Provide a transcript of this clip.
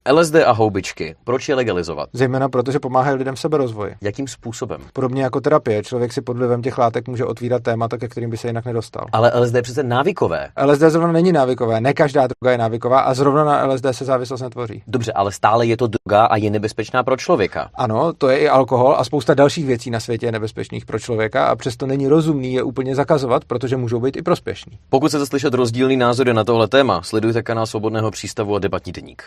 LSD a houbičky. Proč je legalizovat? Zejména proto, že pomáhají lidem v seberozvoji. Jakým způsobem? Podobně jako terapie, člověk si pod vlivem těch látek může otvírat témata, ke kterým by se jinak nedostal. Ale LSD je přece návykové. LSD zrovna není návykové, ne každá droga je návyková a zrovna na LSD se závislost netvoří. Dobře, ale stále je to droga a je nebezpečná pro člověka. Ano, to je i alkohol a spousta dalších věcí na světě je nebezpečných pro člověka a přesto není rozumný je úplně zakazovat, protože můžou být i prospěšní. Pokud chcete slyšet rozdílný názory na tohle téma, sledujte kanál Svobodného přístavu a Debatní deník.